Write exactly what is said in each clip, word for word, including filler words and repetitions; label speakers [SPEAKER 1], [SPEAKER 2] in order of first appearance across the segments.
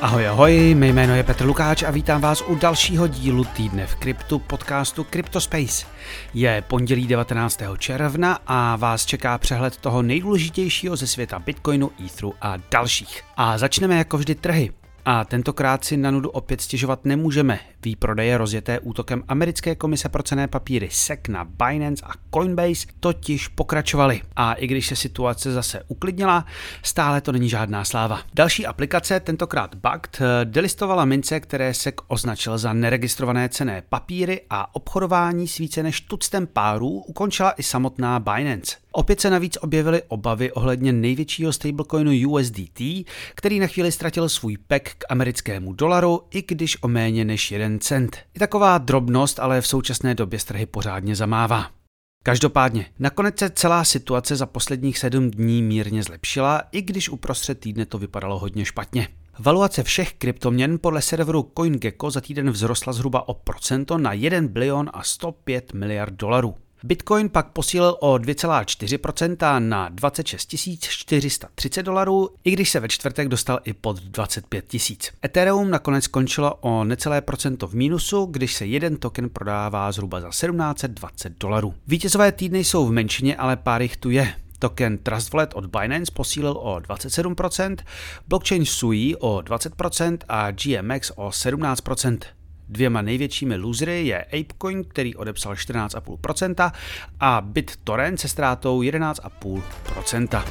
[SPEAKER 1] Ahoj, ahoj, mé jméno je Petr Lukáč a vítám vás u dalšího dílu Týdne v kryptu podcastu CryptoSpace. Je pondělí devatenáctého června a vás čeká přehled toho nejdůležitějšího ze světa Bitcoinu, Etheru a dalších. A začneme jako vždy trhy. A tentokrát si na nudu opět stěžovat nemůžeme. Výprodeje rozjeté útokem americké komise pro cenné papíry S E C na Binance a Coinbase totiž pokračovaly. A i když se situace zase uklidnila, stále to není žádná sláva. Další aplikace, tentokrát Bakkt, delistovala mince, které S E C označil za neregistrované cenné papíry a obchodování s více než tuctem párů ukončila i samotná Binance. Opět se navíc objevily obavy ohledně největšího stablecoinu U S D T, který na chvíli ztratil svůj peg k americkému dolaru, i když o méně než jeden cent. I taková drobnost ale v současné době z trhy pořádně zamává. Každopádně, nakonec se celá situace za posledních sedm dní mírně zlepšila, i když uprostřed týdne to vypadalo hodně špatně. Valuace všech kryptoměn podle serveru CoinGecko za týden vzrostla zhruba o procento na jeden bilion a sto pět miliard dolarů. Bitcoin pak posílil o dvě celá čtyři procenta na dvacet šest tisíc čtyři sta třicet dolarů, i když se ve čtvrtek dostal i pod dvacet pět tisíc. Ethereum nakonec skončilo o necelé procento v mínusu, když se jeden token prodává zhruba za sedmnáct set dvacet dolarů. Vítězové týdny jsou v menšině, ale pár jich tu je. Token Trust Wallet od Binance posílil o dvacet sedm procent, blockchain Sui o dvacet procent a G M X o sedmnáct procent. Dvěma největšími losery je ApeCoin, který odepsal čtrnáct celá pět procenta a BitTorrent se ztrátou jedenáct celá pět procenta.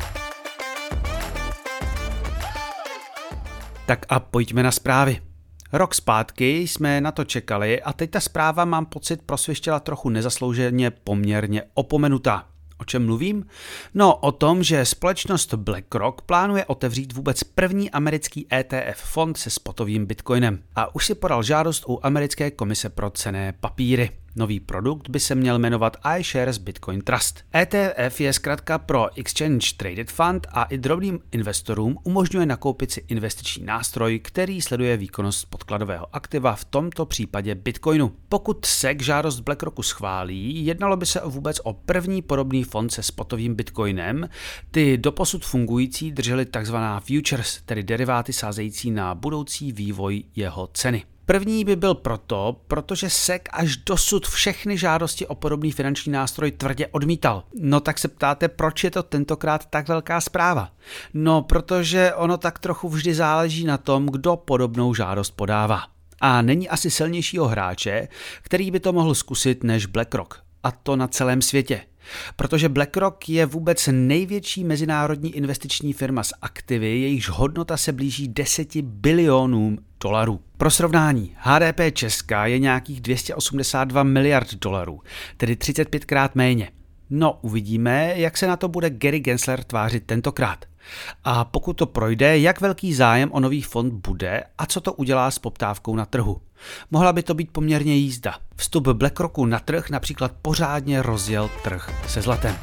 [SPEAKER 1] Tak a pojďme na zprávy. Rok zpátky jsme na to čekali a teď ta zpráva, mám pocit, prosvištěla trochu nezaslouženě poměrně opomenutá. O čem mluvím? No o tom, že společnost BlackRock plánuje otevřít vůbec první americký E T F fond se spotovým bitcoinem a už si podal žádost u americké komise pro cenné papíry. Nový produkt by se měl jmenovat iShares Bitcoin Trust. E T F je zkratka pro Exchange Traded Fund a i drobným investorům umožňuje nakoupit si investiční nástroj, který sleduje výkonnost podkladového aktiva, v tomto případě Bitcoinu. Pokud S E C žádost BlackRocku schválí, jednalo by se vůbec o první podobný fond se spotovým Bitcoinem. Ty doposud fungující držely takzvaná futures, tedy deriváty sázející na budoucí vývoj jeho ceny. První by byl proto, protože S E C až dosud všechny žádosti o podobný finanční nástroj tvrdě odmítal. No tak se ptáte, proč je to tentokrát tak velká zpráva? No protože ono tak trochu vždy záleží na tom, kdo podobnou žádost podává. A není asi silnějšího hráče, který by to mohl zkusit než BlackRock. A to na celém světě. Protože BlackRock je vůbec největší mezinárodní investiční firma s aktivy, jejichž hodnota se blíží deseti bilionům dolarů. Pro srovnání, H D P Česka je nějakých dvě stě osmdesát dva miliard dolarů, tedy třicet pět krát méně. No, uvidíme, jak se na to bude Gary Gensler tvářit tentokrát. A pokud to projde, jak velký zájem o nový fond bude a co to udělá s poptávkou na trhu. Mohla by to být poměrně jízda. Vstup BlackRocku na trh například pořádně rozjel trh se zlatem.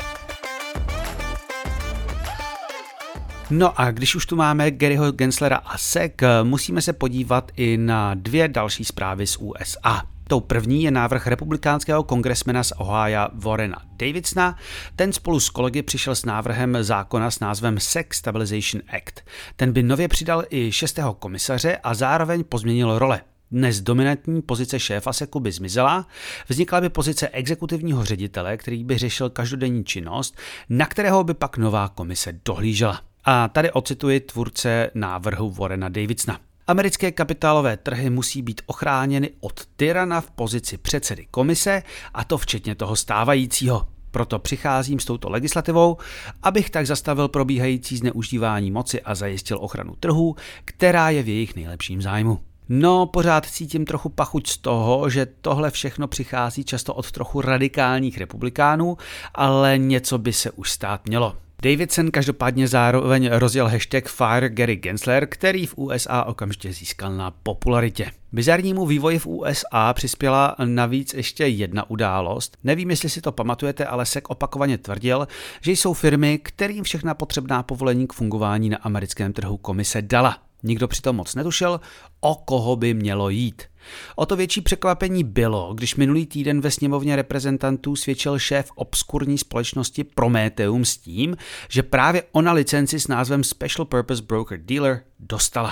[SPEAKER 1] No a když už tu máme Garyho Genslera a S E C, musíme se podívat i na dvě další zprávy z U S A. Tou první je návrh republikánského kongresmena z Ohája Warrena Davidsona. Ten spolu s kolegy přišel s návrhem zákona s názvem S E C Stabilization Act. Ten by nově přidal i šestého komisaře a zároveň pozměnil role. Dnes dominantní pozice šéfa S E C by zmizela, vznikla by pozice exekutivního ředitele, který by řešil každodenní činnost, na kterého by pak nová komise dohlížela. A tady ocituji tvůrce návrhu Warrena Davidsona. Americké kapitálové trhy musí být ochráněny od tyrana v pozici předsedy komise, a to včetně toho stávajícího. Proto přicházím s touto legislativou, abych tak zastavil probíhající zneužívání moci a zajistil ochranu trhů, která je v jejich nejlepším zájmu. No, pořád cítím trochu pachuť z toho, že tohle všechno přichází často od trochu radikálních republikánů, ale něco by se už stát mělo. Davidson každopádně zároveň rozjel hashtag Fire Gary Gensler, který v U S A okamžitě získal na popularitě. Bizarnímu vývoji v U S A přispěla navíc ještě jedna událost. Nevím, jestli si to pamatujete, ale S E C opakovaně tvrdil, že jsou firmy, kterým všechna potřebná povolení k fungování na americkém trhu komise dala. Nikdo přitom moc netušil, o koho by mělo jít. O to větší překvapení bylo, když minulý týden ve sněmovně reprezentantů svědčil šéf obskurní společnosti Prometheum s tím, že právě ona licenci s názvem Special Purpose Broker Dealer dostala.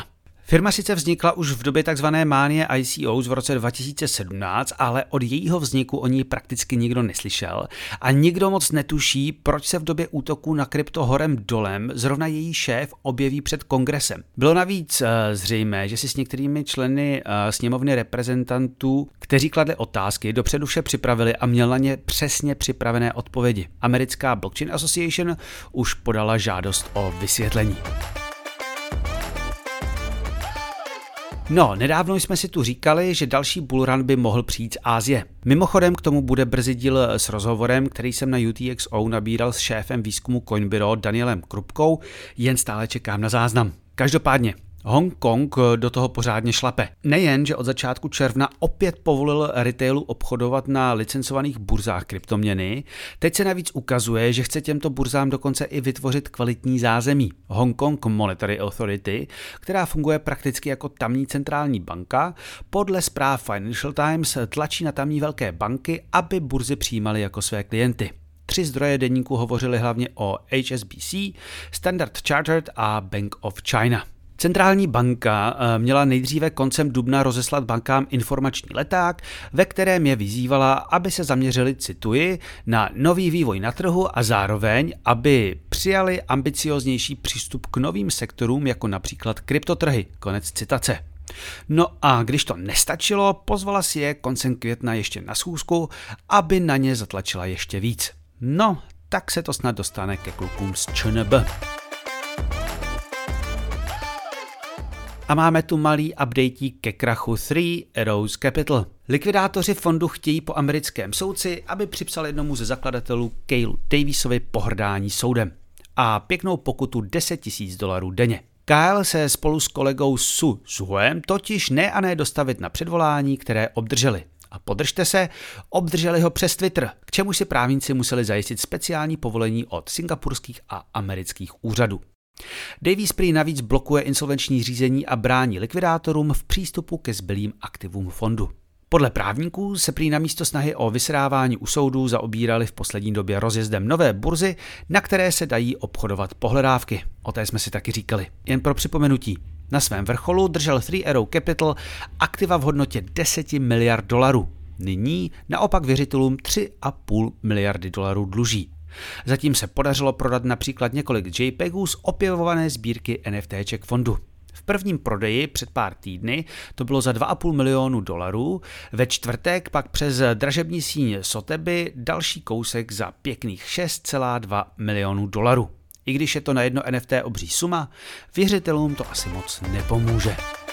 [SPEAKER 1] Firma sice vznikla už v době tzv. Mánie I C Os v roce dva tisíce sedmnáct, ale od jejího vzniku o ní prakticky nikdo neslyšel a nikdo moc netuší, proč se v době útoku na krypto horem dolem zrovna její šéf objeví před kongresem. Bylo navíc uh, zřejmé, že si s některými členy uh, sněmovny reprezentantů, kteří kladli otázky, dopředu vše připravili a měl na ně přesně připravené odpovědi. Americká Blockchain Association už podala žádost o vysvětlení. No, nedávno jsme si tu říkali, že další bullrun by mohl přijít z Asie. Mimochodem k tomu bude brzy díl s rozhovorem, který jsem na U T X O nabíral s šéfem výzkumu Coinbiro Danielem Krupkou, jen stále čekám na záznam. Každopádně, Hongkong do toho pořádně šlape. Nejen, že od začátku června opět povolil retailu obchodovat na licencovaných burzách kryptoměny, teď se navíc ukazuje, že chce těmto burzám dokonce i vytvořit kvalitní zázemí. Hongkong Monetary Authority, která funguje prakticky jako tamní centrální banka, podle zpráv Financial Times tlačí na tamní velké banky, aby burzy přijímaly jako své klienty. Tři zdroje deníku hovořily hlavně o H S B C, Standard Chartered a Bank of China. Centrální banka měla nejdříve koncem dubna rozeslat bankám informační leták, ve kterém je vyzývala, aby se zaměřili, cituji, na nový vývoj na trhu a zároveň, aby přijali ambicioznější přístup k novým sektorům, jako například kryptotrhy. Konec citace. No a když to nestačilo, pozvala si je koncem května ještě na schůzku, aby na ně zatlačila ještě víc. No, tak se to snad dostane ke klukům z Č N B. A máme tu malý updatí ke krachu Three Arrows Capital. Likvidátoři fondu chtějí po americkém soudci, aby připsal jednomu ze zakladatelů Kaylu Davisovi pohrdání soudem a pěknou pokutu deset tisíc dolarů denně. Kyle se spolu s kolegou Su Zuem totiž ne a ne dostavit na předvolání, které obdrželi. A podržte se, obdrželi ho přes Twitter, k čemu si právníci museli zajistit speciální povolení od singapurských a amerických úřadů. Davies prý navíc blokuje insolvenční řízení a brání likvidátorům v přístupu ke zbylým aktivům fondu. Podle právníků se prý namísto snahy o vysrávání u soudu zaobírali v poslední době rozjezdem nové burzy, na které se dají obchodovat pohledávky. O té jsme si taky říkali. Jen pro připomenutí. Na svém vrcholu držel Three Arrow Capital aktiva v hodnotě deset miliard dolarů. Nyní naopak věřitelům tři a půl miliardy dolarů dluží. Zatím se podařilo prodat například několik JPEGů z opěvované sbírky NFTček fondu. V prvním prodeji před pár týdny to bylo za dva a půl milionu dolarů, ve čtvrtek pak přes dražební síň Sotheby další kousek za pěkných šest celá dva milionu dolarů. I když je to na jedno N F T obří suma, věřitelům to asi moc nepomůže.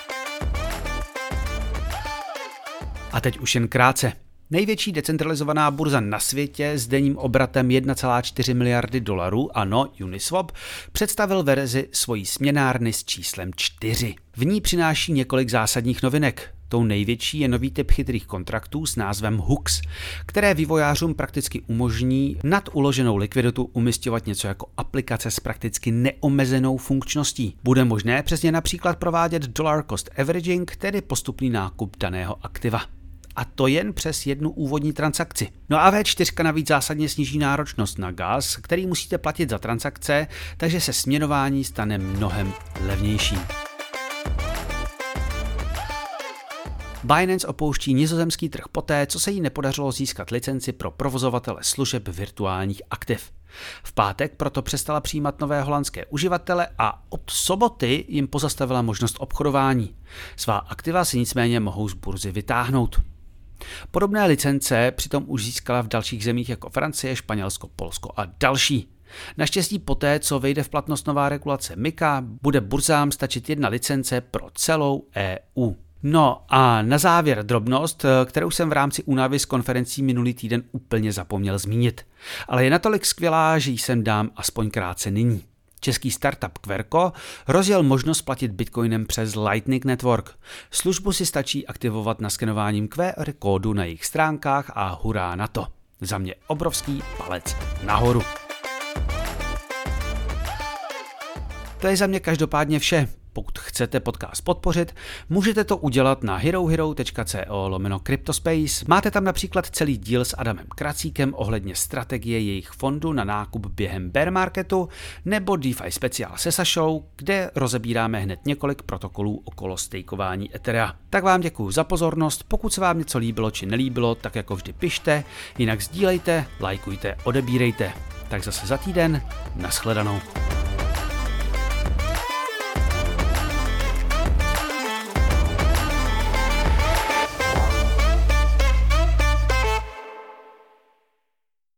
[SPEAKER 1] A teď už jen krátce. Největší decentralizovaná burza na světě s denním obratem jedna celá čtyři miliardy dolarů, ano, Uniswap, představil verzi svojí směnárny s číslem čtyři. V ní přináší několik zásadních novinek. Tou největší je nový typ chytrých kontraktů s názvem Hooks, které vývojářům prakticky umožní nad uloženou likviditu umisťovat něco jako aplikace s prakticky neomezenou funkčností. Bude možné přesně například provádět dollar cost averaging, tedy postupný nákup daného aktiva. A to jen přes jednu úvodní transakci. No a V čtyři navíc zásadně sníží náročnost na gas, který musíte platit za transakce, takže se směnování stane mnohem levnějším. Binance opouští nizozemský trh poté, co se jí nepodařilo získat licenci pro provozovatele služeb virtuálních aktiv. V pátek proto přestala přijímat nové holandské uživatele a od soboty jim pozastavila možnost obchodování. Svá aktiva si nicméně mohou z burzy vytáhnout. Podobné licence přitom už získala v dalších zemích jako Francie, Španělsko, Polsko a další. Naštěstí poté, co vejde v platnost nová regulace MiCA, bude burzám stačit jedna licence pro celou E U. No a na závěr drobnost, kterou jsem v rámci únavy z konferencí minulý týden úplně zapomněl zmínit. Ale je natolik skvělá, že ji sem dám aspoň krátce nyní. Český startup Querco rozjel možnost platit bitcoinem přes Lightning Network. Službu si stačí aktivovat naskenováním Q R kódu na jejich stránkách a hurá na to. Za mě obrovský palec nahoru. To je za mě každopádně vše. Pokud chcete podcast podpořit, můžete to udělat na herohero.co lomeno Cryptospace. Máte tam například celý díl s Adamem Kracíkem ohledně strategie jejich fondu na nákup během bear marketu nebo DeFi speciál se Sašou, kde rozebíráme hned několik protokolů okolo stejkování Etherea. Tak vám děkuju za pozornost, pokud se vám něco líbilo či nelíbilo, tak jako vždy pište, jinak sdílejte, lajkujte, odebírejte. Tak zase za týden, nashledanou.